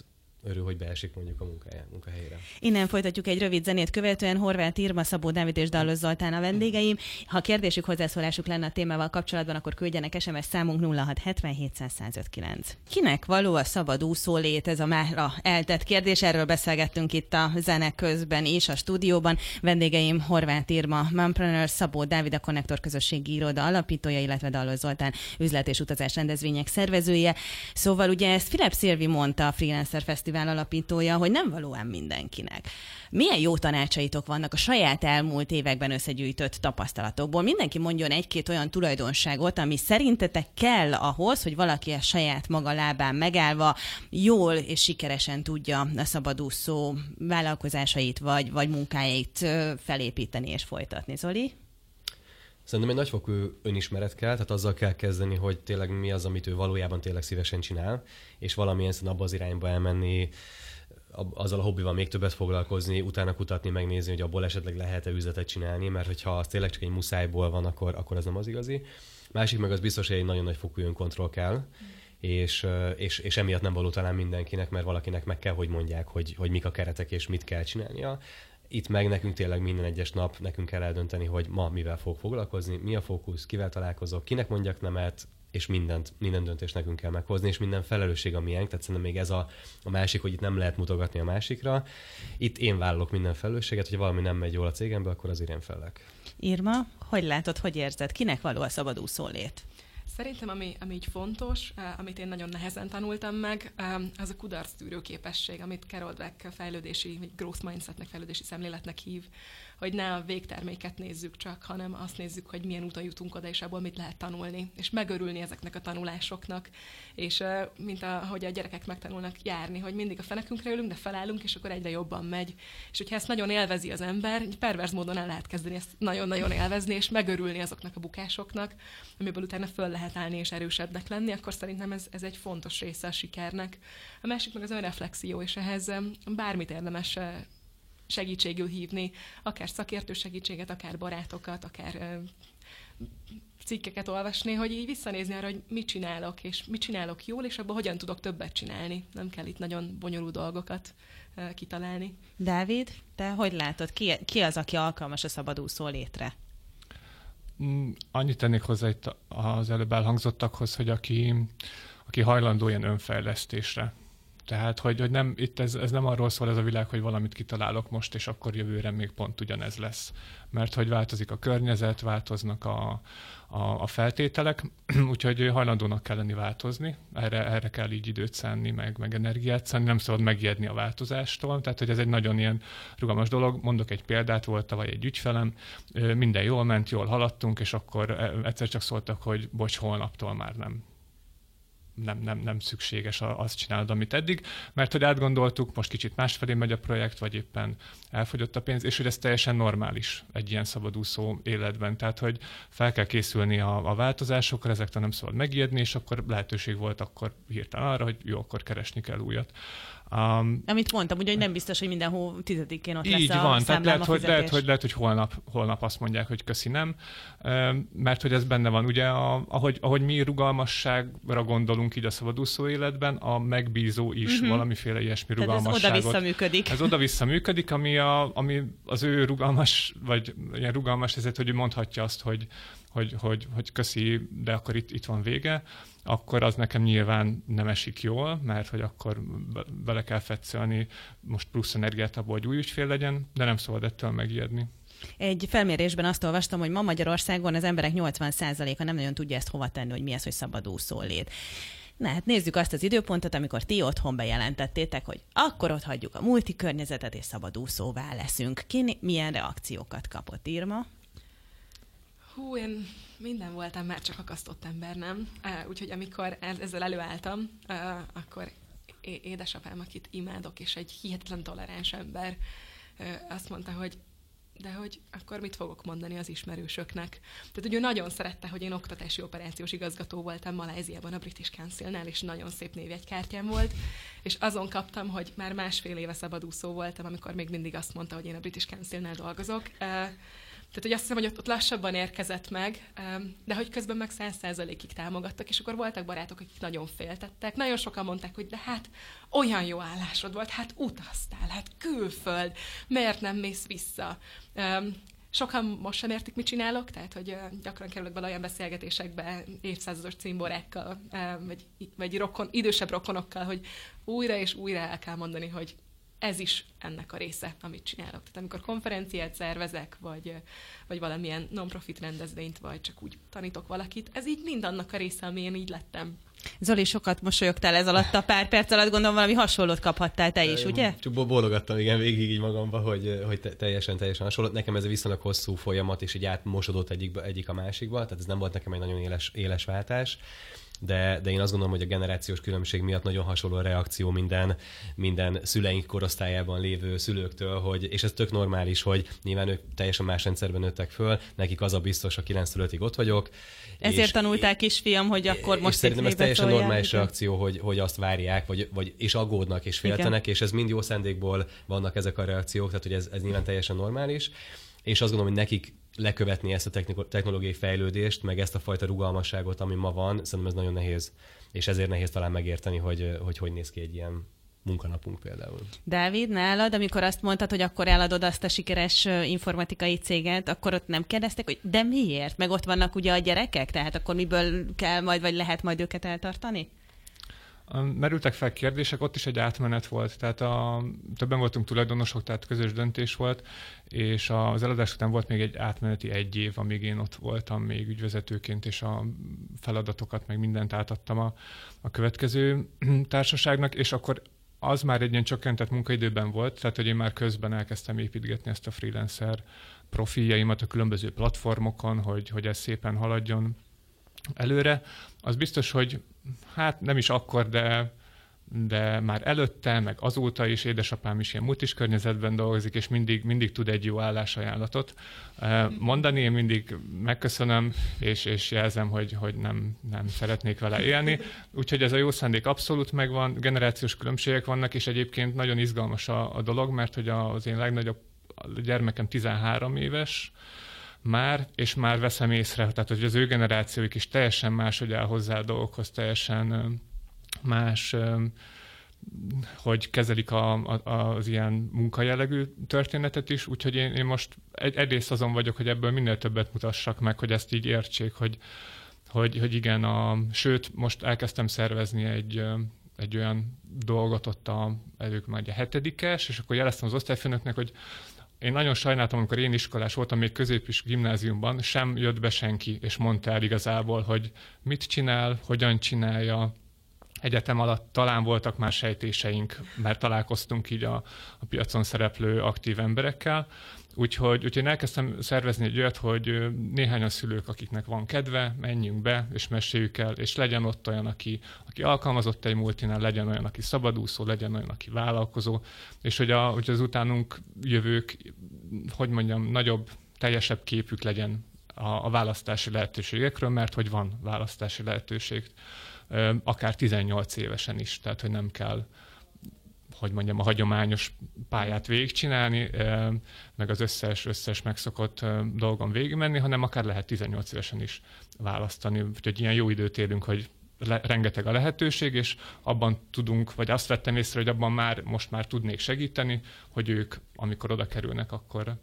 örül, hogy beesik mondjuk a munkáján, munkahelyére. Innen folytatjuk egy rövid zenét követően. Horváth Irma, Szabó Dávid és Dallos Zoltán a vendégeim. Ha kérdésük, hozzászólásuk lenne a témával kapcsolatban, akkor küldjenek es em es számunk nulla hat hetvenhét száz ötvenkilenc. Kinek való a szabadúszó lét? Ez a mára eltett kérdés. Erről beszélgettünk itt a zene közben is a stúdióban. Vendégeim Horváth Irma, Mompreneur, Szabó Dávid, a Konnektor közösségi iroda alapítója, illetve Dallos Zoltán, üzlet és utazás rendezvények szervezője. Szóval ugye ezt Philip Szilvi mondta, a Freelancer Fesztivál alapítója, hogy nem való ám mindenkinek. Milyen jó tanácsaitok vannak a saját elmúlt években összegyűjtött tapasztalatokból? Mindenki mondjon egy-két olyan tulajdonságot, ami szerintetek kell ahhoz, hogy valaki a saját maga lábán megállva jól és sikeresen tudja a szabadúszó vállalkozásait vagy, vagy munkáit felépíteni és folytatni. Zoli? Szerintem egy nagyfokú önismeret kell, tehát azzal kell kezdeni, hogy tényleg mi az, amit ő valójában tényleg szívesen csinál, és valamilyen szint abba az irányba elmenni, azzal a hobbival még többet foglalkozni, utána kutatni, megnézni, hogy abból esetleg lehet-e üzletet csinálni, mert hogyha az tényleg csak egy muszájból van, akkor, akkor az nem az igazi. Másik meg az biztos, hogy egy nagyon nagy fokú önkontroll kell, mm. és, és, és emiatt nem való talán mindenkinek, mert valakinek meg kell, hogy mondják, hogy, hogy mik a keretek és mit kell csinálnia. Itt meg nekünk tényleg minden egyes nap nekünk kell eldönteni, hogy ma mivel fogok foglalkozni, mi a fókusz, kivel találkozok, kinek mondjak nemet, és mindent, minden döntést nekünk kell meghozni, és minden felelősség a miénk, tehát szerintem még ez a, a másik, hogy itt nem lehet mutogatni a másikra. Itt én vállalok minden felelősséget, hogy valami nem megy jól a cégembe, akkor azért én felelek. Irma, hogy látod, hogy érzed? Kinek való a szabadúszó lét? Szerintem, ami, ami így fontos, amit én nagyon nehezen tanultam meg, az a kudarctűrő képesség, amit Carol Dweck fejlődési, vagy growth mindsetnek, fejlődési szemléletnek hív, hogy ne a végterméket nézzük csak, hanem azt nézzük, hogy milyen úton jutunk oda, és abból mit lehet tanulni, és megörülni ezeknek a tanulásoknak, és mint ahogy a gyerekek megtanulnak járni, hogy mindig a fenekünkre ülünk, de felállunk, és akkor egyre jobban megy. És hogyha ezt nagyon élvezi az ember, egy perverz módon el lehet kezdeni ezt nagyon-nagyon élvezni, és megörülni azoknak a bukásoknak, amiből utána föl lehet állni és erősebbnek lenni, akkor szerintem ez, ez egy fontos része a sikernek. A másik meg az önreflexió, és ehhez bármit érdemes segítségül hívni, akár szakértő segítséget, akár barátokat, akár cikkeket olvasni, hogy így visszanézni arra, hogy mit csinálok, és mit csinálok jól, és abban hogyan tudok többet csinálni. Nem kell itt nagyon bonyolult dolgokat kitalálni. Dávid, te hogy látod? Ki, ki az, aki alkalmas a szabadúszó létre? Annyit tennék hozzá itt az előbb elhangzottakhoz, hogy aki, aki hajlandó ilyen önfejlesztésre. Tehát, hogy, hogy nem, itt ez, ez nem arról szól ez a világ, hogy valamit kitalálok most, és akkor jövőre még pont ugyanez lesz. Mert hogy változik a környezet, változnak a, a, a feltételek, úgyhogy hajlandónak kell lenni változni. Erre, erre kell így időt szánni, meg, meg energiát szánni, nem szabad megijedni a változástól. Tehát, hogy ez egy nagyon ilyen rugalmas dolog. Mondok egy példát, volt tavaly egy ügyfelem, minden jól ment, jól haladtunk, és akkor egyszer csak szóltak, hogy bocs, holnaptól már nem. Nem, nem, nem szükséges azt csinálod, amit eddig, mert hogy átgondoltuk, most kicsit másfelé megy a projekt, vagy éppen elfogyott a pénz, és hogy ez teljesen normális egy ilyen szabadúszó életben. Tehát, hogy fel kell készülni a, a változásokra, ezektől nem szabad megijedni, és akkor lehetőség volt akkor hirtelen arra, hogy jó, akkor keresni kell újat. Um, Amit mondtam, ugye, hogy nem biztos, hogy minden hó tizedikén ott így lesz a van, tehát lehet, a hogy, lehet, hogy, lehet, hogy holnap, holnap azt mondják, hogy köszi nem, mert hogy ez benne van. Ugye, a, ahogy, ahogy mi rugalmasságra gondolunk így a szabadúszó életben, a megbízó is uh-huh. valamiféle ilyesmi tehát rugalmasságot. Ez oda-vissza működik. Ez oda-vissza működik, ami, a, ami az ő rugalmas, vagy ilyen rugalmas ezért, hogy ő mondhatja azt, hogy Hogy, hogy, hogy köszi, de akkor itt, itt van vége, akkor az nekem nyilván nem esik jól, mert hogy akkor bele kell fetszölni most plusz energiát abból, hogy új ügyfél legyen, de nem szabad ettől megijedni. Egy felmérésben azt olvastam, hogy ma Magyarországon az emberek nyolcvan százaléka nem nagyon tudja ezt hova tenni, hogy mi az, hogy szabadúszó lét. Na hát nézzük azt az időpontot, amikor ti otthon bejelentettétek, hogy akkor ott hagyjuk a multi környezetet, és szabadúszóvá leszünk. Ki milyen reakciókat kapott, Irma? Hú, én minden voltam, már csak akasztott ember, nem? Uh, úgyhogy amikor ezzel előálltam, uh, akkor é- édesapám, akit imádok, és egy hihetetlen toleráns ember, uh, azt mondta, hogy de hogy akkor mit fogok mondani az ismerősöknek. Tehát, hogy ő nagyon szerette, hogy én oktatási operációs igazgató voltam Malajziában a British Councilnál, és nagyon szép névjegykártyám volt, és azon kaptam, hogy már másfél éve szabadúszó voltam, amikor még mindig azt mondta, hogy én a British Councilnál dolgozok. Uh, Tehát, hogy azt hiszem, hogy ott, ott lassabban érkezett meg, de hogy közben meg száz százalékig támogattak, és akkor voltak barátok, akik nagyon féltettek. Nagyon sokan mondták, hogy de hát olyan jó állásod volt, hát utaztál, hát külföld, miért nem mész vissza? Sokan most sem értik, mit csinálok, tehát hogy gyakran kerülök bele olyan beszélgetésekbe évszázados címborákkal, vagy, vagy rokon, idősebb rokonokkal, hogy újra és újra el kell mondani, hogy ez is ennek a része, amit csinálok. Tehát amikor konferenciát szervezek, vagy, vagy valamilyen non-profit rendezvényt, vagy csak úgy tanítok valakit, ez így mind annak a része, ami én így lettem. Zoli, sokat mosolyogtál ez alatt a pár perc alatt, gondolom valami hasonlót kaphattál te is, ugye? Csak bólogattam, igen, végig így magamba, hogy, hogy teljesen, teljesen hasonló. Nekem ez egy viszonylag hosszú folyamat, és így átmosodott egyik, egyik a másikba, tehát ez nem volt nekem egy nagyon éles, éles váltás. De, de én azt gondolom, hogy a generációs különbség miatt nagyon hasonló a reakció minden, minden szüleink korosztályában lévő szülőktől, hogy, és ez tök normális, hogy nyilván ők teljesen más rendszerben nőttek föl, nekik az a biztos, a kilenctől ötig ott vagyok. Ezért tanulták, kisfiam, hogy akkor most szerintem ez teljesen normális igen. reakció, hogy, hogy azt várják, vagy, vagy, és aggódnak, és féltenek, igen. és ez mind jó szándékból vannak ezek a reakciók, tehát hogy ez, ez nyilván teljesen normális. És azt gondolom, hogy nekik lekövetni ezt a technológiai fejlődést, meg ezt a fajta rugalmasságot, ami ma van, szerintem ez nagyon nehéz. És ezért nehéz talán megérteni, hogy hogy, hogy néz ki egy ilyen munkanapunk például. Dávid, nálad, amikor azt mondtad, hogy akkor eladod azt a sikeres informatikai céget, akkor ott nem kérdeztek, hogy de miért? Meg ott vannak ugye a gyerekek, tehát akkor miből kell majd, vagy lehet majd őket eltartani? Merültek fel kérdések, ott is egy átmenet volt, tehát a, többen voltunk tulajdonosok, tehát közös döntés volt, és az eladás után volt még egy átmeneti egy év, amíg én ott voltam még ügyvezetőként, és a feladatokat, meg mindent átadtam a, a következő társaságnak, és akkor az már egy ilyen csökkentett munkaidőben volt, tehát hogy én már közben elkezdtem építgetni ezt a freelancer profiljaimat a különböző platformokon, hogy, hogy ez szépen haladjon előre. Az biztos, hogy hát nem is akkor, de, de már előtte, meg azóta is édesapám is ilyen multis környezetben dolgozik, és mindig, mindig tud egy jó állásajánlatot mondani. Én mindig megköszönöm, és, és jelzem, hogy, hogy nem, nem szeretnék vele élni. Úgyhogy ez a jó szándék abszolút megvan, generációs különbségek vannak, és egyébként nagyon izgalmas a, a dolog, mert hogy az én legnagyobb gyermekem tizenhárom éves, már, és már veszem észre, tehát hogy az ő generációik is teljesen máshogy áll hozzá a dolgokhoz, teljesen más, hogy kezelik a, a, az ilyen munkajellegű történetet is, úgyhogy én, én most egy, egyrészt azon vagyok, hogy ebből minél többet mutassak meg, hogy ezt így értsék, hogy, hogy, hogy igen, a, sőt, most elkezdtem szervezni egy, egy olyan dolgot ott a, elők már a hetedikes, és akkor jeleztem az osztályfőnöknek, hogy én nagyon sajnáltam, amikor én iskolás voltam, még középis gimnáziumban, sem jött be senki, és mondta el igazából, hogy mit csinál, hogyan csinálja. Egyetem alatt talán voltak már sejtéseink, mert találkoztunk így a, a piacon szereplő aktív emberekkel. Úgyhogy, úgyhogy elkezdtem szervezni egy olyat, hogy néhányan szülők, akiknek van kedve, menjünk be, és meséljük el, és legyen ott olyan, aki, aki alkalmazott egy multinál, legyen olyan, aki szabadúszó, legyen olyan, aki vállalkozó, és hogy, a, hogy az utánunk jövők, hogy mondjam, nagyobb, teljesebb képük legyen a, a választási lehetőségekről, mert hogy van választási lehetőség, akár tizennyolc évesen is, tehát hogy nem kell, hogy mondjam, a hagyományos pályát végigcsinálni, meg az összes, összes megszokott dolgon végigmenni, hanem akár lehet tizennyolc évesen is választani. Úgyhogy ilyen jó időt élünk, hogy le, rengeteg a lehetőség, és abban tudunk, vagy azt vettem észre, hogy abban már most már tudnék segíteni, hogy ők, amikor oda kerülnek, akkor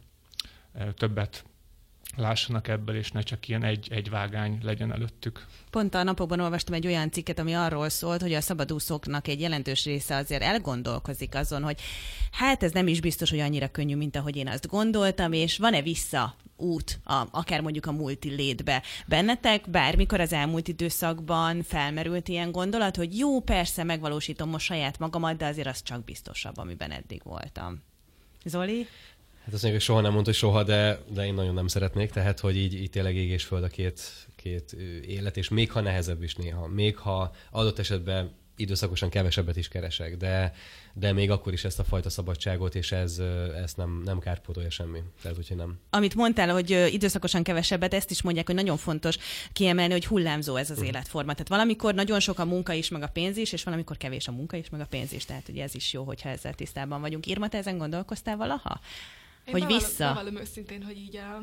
többet lássanak ebből, és ne csak ilyen egy, egy vágány legyen előttük. Pont a napokban olvastam egy olyan cikket, ami arról szólt, hogy a szabadúszóknak egy jelentős része azért elgondolkozik azon, hogy hát ez nem is biztos, hogy annyira könnyű, mint ahogy én azt gondoltam, és van-e vissza út, a, akár mondjuk a multi létbe. Bennetek bármikor az elmúlt időszakban felmerült ilyen gondolat, hogy jó, persze megvalósítom most saját magamat, de azért az csak biztosabb, amiben eddig voltam. Zoli? Hát azt mondjuk, hogy soha nem mondta, hogy soha, de, de én nagyon nem szeretnék, tehát hogy így, így tényleg ég és föld a két, két élet, és még ha nehezebb is néha, még ha adott esetben időszakosan kevesebbet is keresek, de, de még akkor is ezt a fajta szabadságot, és ez ezt nem, nem kárpótolja semmi. Tehát úgyhogy nem. Amit mondtál, hogy időszakosan kevesebbet, ezt is mondják, hogy nagyon fontos kiemelni, hogy hullámzó ez az uh. életforma. Tehát valamikor nagyon sok a munka is, meg a pénz is, és valamikor kevés a munka is, meg a pénz is. Tehát ugye ez is jó, hogyha ezzel tisztában vagyunk. Irma, te ezen gondolkoztál valaha? Én hogy bevallom, vissza? Bevallom őszintén, hogy így a,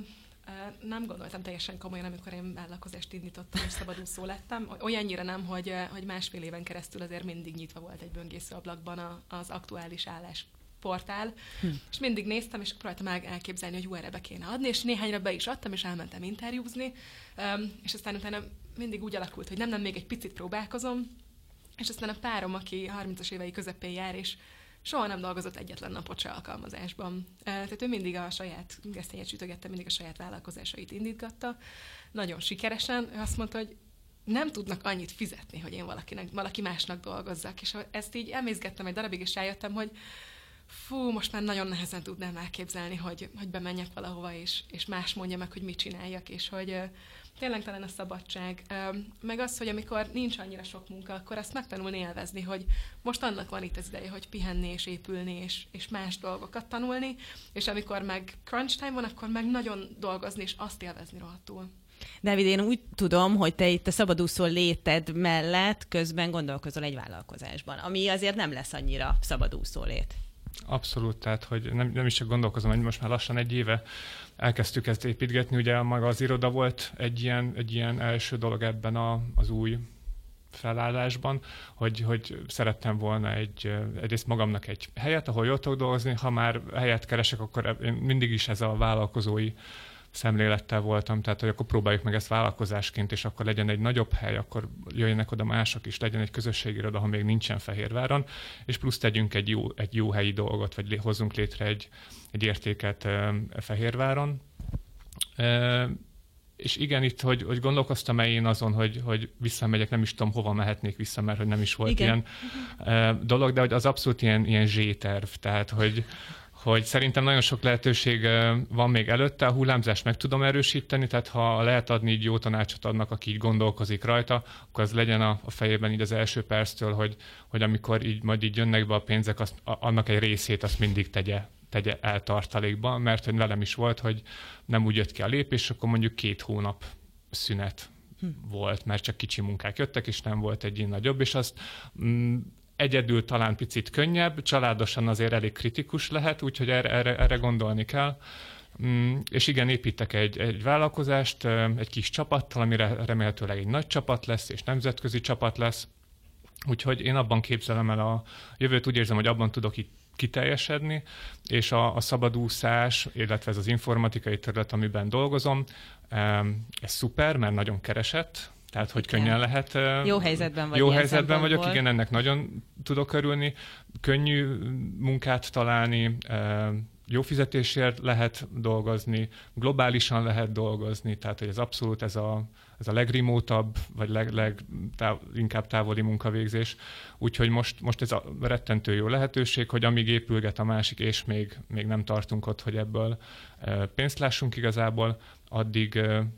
Nem gondoltam teljesen komolyan, amikor én vállalkozást indítottam és szabadúszó lettem. Olyannyira nem, hogy, hogy másfél éven keresztül azért mindig nyitva volt egy böngésző ablakban az aktuális állásportál, hm. és mindig néztem, és próbáltam meg elképzelni, hogy jó, erre be kéne adni, és néhányra be is adtam, és elmentem interjúzni, és aztán utána mindig úgy alakult, hogy nem, nem, még egy picit próbálkozom, és aztán a párom, aki harmincas évei közepén jár, és soha nem dolgozott egyetlen napot se alkalmazásban. Tehát ő mindig a saját gesztenyét sütögette, mindig a saját vállalkozásait indítgatta. Nagyon sikeresen. Ő azt mondta, hogy nem tudnak annyit fizetni, hogy én valakinek, valaki másnak dolgozzak. És ezt így emészgettem egy darabig, és rájöttem, hogy fú, most már nagyon nehezen tudnám elképzelni, hogy, hogy bemenjek valahova, és, és más mondja meg, hogy mit csináljak, és hogy tényleg talán a szabadság, meg az, hogy amikor nincs annyira sok munka, akkor azt megtanulni élvezni, hogy most annak van itt az ideje, hogy pihenni és épülni, és, és más dolgokat tanulni, és amikor meg crunch time van, akkor meg nagyon dolgozni, és azt élvezni rohadtul. Dávid, én úgy tudom, hogy te itt a szabadúszó léted mellett közben gondolkozol egy vállalkozásban, ami azért nem lesz annyira szabadúszó lét. Abszolút, tehát hogy nem, nem is csak gondolkozom, hogy most már lassan egy éve elkezdtük ezt építgetni, ugye maga az iroda volt egy ilyen, egy ilyen első dolog ebben a, az új felállásban, hogy, hogy szerettem volna egy, egyrészt magamnak egy helyet, ahol jól tudok dolgozni, ha már helyet keresek, akkor én mindig is ez a vállalkozói szemlélettel voltam, tehát hogy akkor próbáljuk meg ezt vállalkozásként, és akkor legyen egy nagyobb hely, akkor jöjjenek oda mások is, legyen egy közösségiroda, ha még nincsen Fehérváron, és plusz tegyünk egy jó, egy jó helyi dolgot, vagy hozzunk létre egy, egy értéket Fehérváron. E, és igen, itt, hogy, hogy gondolkoztam-e én azon, hogy, hogy visszamegyek, nem is tudom, hova mehetnék vissza, mert hogy nem is volt igen. ilyen e, dolog, de hogy az abszolút ilyen, ilyen zséterv, tehát hogy hogy szerintem nagyon sok lehetőség van még előtte, a hullámzást meg tudom erősíteni, tehát ha lehet adni így jó tanácsot adnak, aki így gondolkozik rajta, akkor az legyen a, a fejében így az első perctől, hogy, hogy amikor így majd így jönnek be a pénzek, azt, annak egy részét azt mindig tegye, tegye el tartalékba, mert hogy velem is volt, hogy nem úgy jött ki a lépés, akkor mondjuk két hónap szünet hm. volt, mert csak kicsi munkák jöttek, és nem volt egy ilyen nagyobb, és azt mm, egyedül talán picit könnyebb, családosan azért elég kritikus lehet, úgyhogy erre, erre, erre gondolni kell. Mm, és igen, építek egy, egy vállalkozást, egy kis csapattal, amire remélhetőleg egy nagy csapat lesz, és nemzetközi csapat lesz. Úgyhogy én abban képzelem el a jövőt, úgy érzem, hogy abban tudok itt kiteljesedni, és a, a szabadúszás, illetve ez az informatikai terület, amiben dolgozom, ez szuper, mert nagyon keresett, tehát, hogy könnyen lehet. Jó helyzetben vagy. Jó helyzetben vagyok, igen, ennek nagyon tudok örülni. Könnyű munkát találni, jó fizetésért lehet dolgozni, globálisan lehet dolgozni, tehát hogy ez abszolút ez a, ez a legremotabb, vagy leg, leg, táv, inkább távoli munkavégzés. Úgyhogy most, most ez a rettentő jó lehetőség, hogy amíg épülget a másik, és még, még nem tartunk ott, hogy ebből pénzt lássunk igazából, addig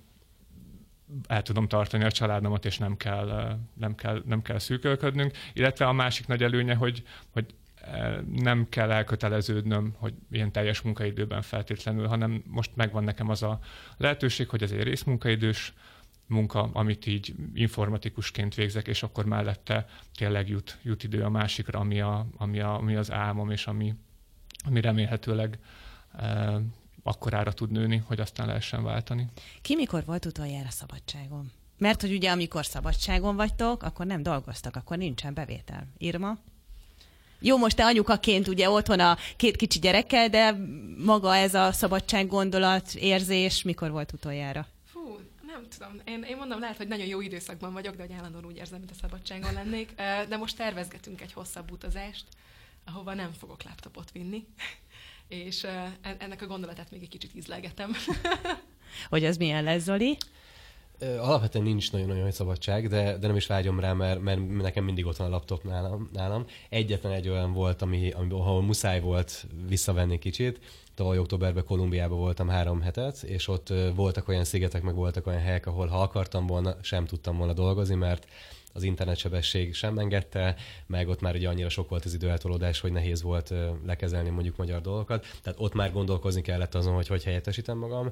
el tudom tartani a családomat, és nem kell, nem kell, nem kell szűkölködnünk. Illetve a másik nagy előnye, hogy, hogy nem kell elköteleződnöm, hogy ilyen teljes munkaidőben feltétlenül, hanem most megvan nekem az a lehetőség, hogy ez egy részmunkaidős munka, amit így informatikusként végzek, és akkor mellette tényleg jut, jut idő a másikra, ami, a, ami, a, ami az álmom, és ami, ami remélhetőleg eh, akkorára tud nőni, hogy aztán lehessen váltani. Ki mikor volt utoljára szabadságon? Mert hogy ugye amikor szabadságon vagytok, akkor nem dolgoztak, akkor nincsen bevétel. Irma? Jó, most te anyukaként ugye otthon a két kicsi gyerekkel, de maga ez a szabadság gondolat, érzés, mikor volt utoljára? Fú, nem tudom. Én, én mondom, lehet, hogy nagyon jó időszakban vagyok, de hogy állandóan úgy érzem, mint a szabadságon lennék. De most tervezgetünk egy hosszabb utazást, ahova nem fogok laptopot vinni. És ennek a gondolatát még egy kicsit ízlelgetem. Hogy az milyen lesz, Zoli? Alapvetően nincs nagyon-nagyon nagy szabadság, de, de nem is vágyom rá, mert, mert nekem mindig ott van a laptop nálam. nálam. Egyetlen egy olyan volt, ami, ahol muszáj volt visszavenni kicsit. Tavaly októberben Kolumbiában voltam három hetet, és ott voltak olyan szigetek, meg voltak olyan helyek, ahol ha akartam volna, sem tudtam volna dolgozni, mert az internetsebesség sem engedte, meg ott már ugye annyira sok volt az időeltolódás, hogy nehéz volt lekezelni mondjuk magyar dolgokat. Tehát ott már gondolkozni kellett azon, hogy hogy helyettesítem magam.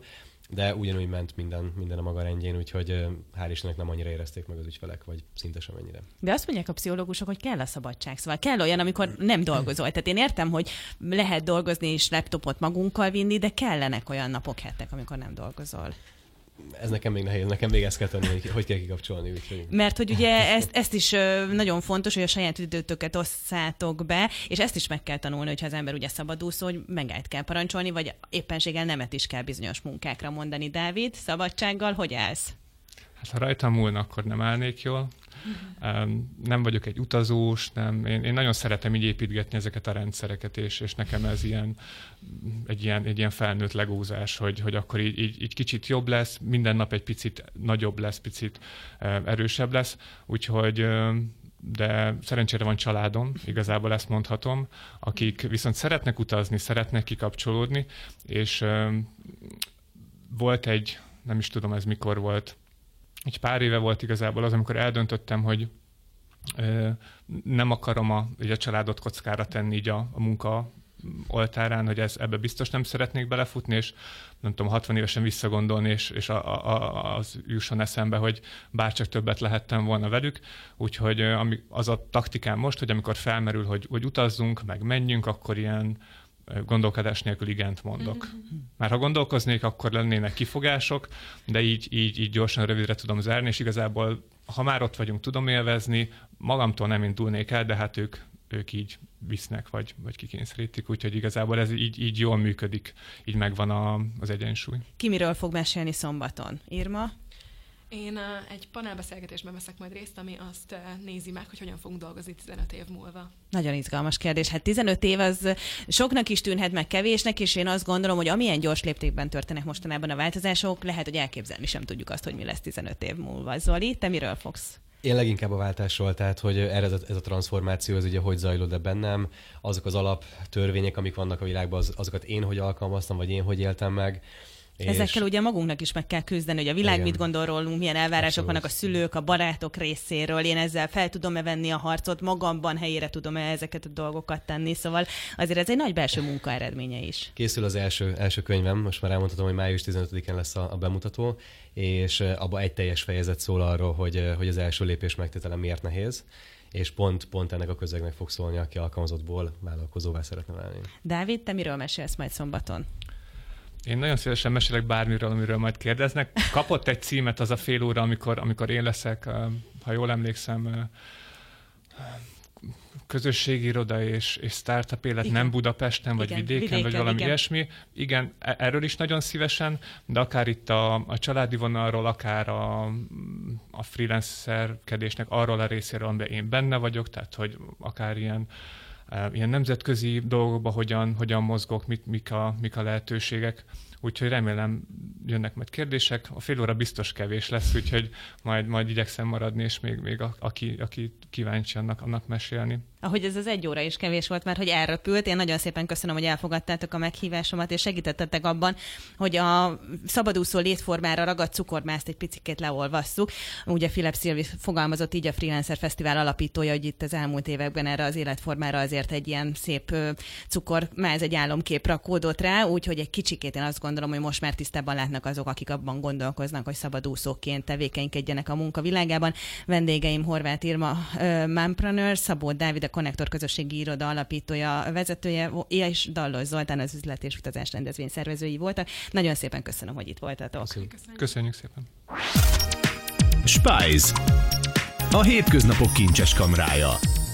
de ugyanúgy ment minden, minden a maga rendjén, úgyhogy hál' Istennek nem annyira érezték meg az ügyfelek, vagy szinte sem ennyire. De azt mondják a pszichológusok, hogy kell a szabadság, szóval kell olyan, amikor nem dolgozol. Tehát én értem, hogy lehet dolgozni és laptopot magunkkal vinni, de kellenek olyan napok, hetek, amikor nem dolgozol. Ez nekem még nehéz, nekem még ezt kell tenni, hogy, hogy kell kikapcsolni. Úgyhogy... Mert hogy ugye ezt, ezt is nagyon fontos, hogy a saját időtöket osszátok be, és ezt is meg kell tanulni, hogyha az ember ugye szabadúszó, hogy megállt kell parancsolni, vagy éppenséggel nemet is kell bizonyos munkákra mondani. Dávid, szabadsággal hogy állsz? Hát ha rajtam múlna, akkor nem állnék jól. Um, nem vagyok egy utazós, nem. Én, én nagyon szeretem így építgetni ezeket a rendszereket, és, és nekem ez ilyen, egy, ilyen, egy ilyen felnőtt legózás, hogy, hogy akkor így, így, így kicsit jobb lesz, minden nap egy picit nagyobb lesz, picit uh, erősebb lesz, úgyhogy uh, de szerencsére van családom, igazából ezt mondhatom, akik viszont szeretnek utazni, szeretnek kikapcsolódni, és uh, volt egy, nem is tudom ez mikor volt, egy pár éve volt igazából az, amikor eldöntöttem, hogy ö, nem akarom a, a családot kockára tenni így a, a munka oltárán, hogy ez, ebbe biztos nem szeretnék belefutni, és nem tudom, hatvan évesen visszagondolni, és, és a, a, az jusson eszembe, hogy bárcsak többet lehettem volna velük. Úgyhogy ami, az a taktikám most, hogy amikor felmerül, hogy, hogy utazzunk, meg menjünk, akkor ilyen gondolkodás nélkül igent mondok. Már ha gondolkoznék, akkor lennének kifogások, de így, így, így gyorsan, rövidre tudom zárni, és igazából, ha már ott vagyunk, tudom élvezni, magamtól nem indulnék el, de hát ők, ők így visznek, vagy, vagy kikényszerítik, úgyhogy igazából ez így, így jól működik, így megvan a, az egyensúly. Ki miről fog mesélni szombaton? Irma? Én uh, egy panelbeszélgetésben veszek majd részt, ami azt uh, nézi meg, hogy hogyan fogunk dolgozni tizenöt év múlva. Nagyon izgalmas kérdés. Hát tizenöt év az soknak is tűnhet, meg kevésnek, és én azt gondolom, hogy amilyen gyors léptékben történnek mostanában a változások, lehet, hogy elképzelni sem tudjuk azt, hogy mi lesz tizenöt év múlva. Zoli, te miről fogsz? Én leginkább a váltásról, tehát hogy ez a, ez a transformáció, az ugye hogy zajlod-e bennem, azok az alaptörvények, amik vannak a világban, az, azokat én hogy alkalmaztam, vagy én hogy éltem meg. Ezekkel ugye magunknak is meg kell küzdeni, hogy a világ igen. mit gondol rólunk, milyen elvárások Abszolút. vannak a szülők, a barátok részéről, én ezzel fel tudom-e venni a harcot, magamban helyére tudom-e ezeket a dolgokat tenni, szóval azért ez egy nagy belső munka eredménye is. Készül az első, első könyvem, most már elmondhatom, hogy május tizenötödikén lesz a, a bemutató, és abban egy teljes fejezet szól arról, hogy, hogy az első lépés megtétele miért nehéz, és pont, pont ennek a közegnek fog szólni, aki alkalmazottból vállalkozóvá szeretne válni. Dávid, te miről mesélsz majd szombaton? Én nagyon szívesen mesélek bármiről, amiről majd kérdeznek. Kapott egy címet az a fél óra, amikor, amikor én leszek, ha jól emlékszem, közösségi iroda és, és startup élet, igen. nem Budapesten, vagy igen, vidéken, vidéken, vagy valami igen. ilyesmi. Igen, erről is nagyon szívesen, de akár itt a, a családi vonalról, akár a, a freelancerkedésnek arról a részéről, amiben én benne vagyok, tehát hogy akár ilyen ilyen nemzetközi dolgokban hogyan, hogyan mozgok, mit, mik, a, mik a lehetőségek. Úgyhogy remélem jönnek majd kérdések. A fél óra biztos kevés lesz, úgyhogy majd, majd igyekszem maradni, és még, még a, aki, aki kíváncsi annak, annak mesélni. Ahogy ez az egy óra is kevés volt, mert hogy elröpült. Én nagyon szépen köszönöm, hogy elfogadtátok a meghívásomat, és segítettetek abban, hogy a szabadúszó létformára ragadt cukormászt egy picikét leolvasszuk. Ugye Philip Szilvi fogalmazott így, a Freelancer Fesztivál alapítója, hogy itt az elmúlt években erre az életformára azért egy ilyen szép cukormáz, egy álomkép rakódott rá, úgyhogy egy kicsikét én azt gondolom, hogy most már tisztában látnak azok, akik abban gondolkoznak, hogy szabadúszóként tevékenykedjenek a munkavilágában. Vendégeim Horváth Irma, Mompreneur, Szabó Dávid, a Konnektor közösségi iroda alapítója, vezetője, és Dallos Zoltán, az üzlet és utazás rendezvény szervezői voltak. Nagyon szépen köszönöm, hogy itt voltatok. Köszönjük, Köszönjük szépen. Spice. A hétköznapok kincses kamrája.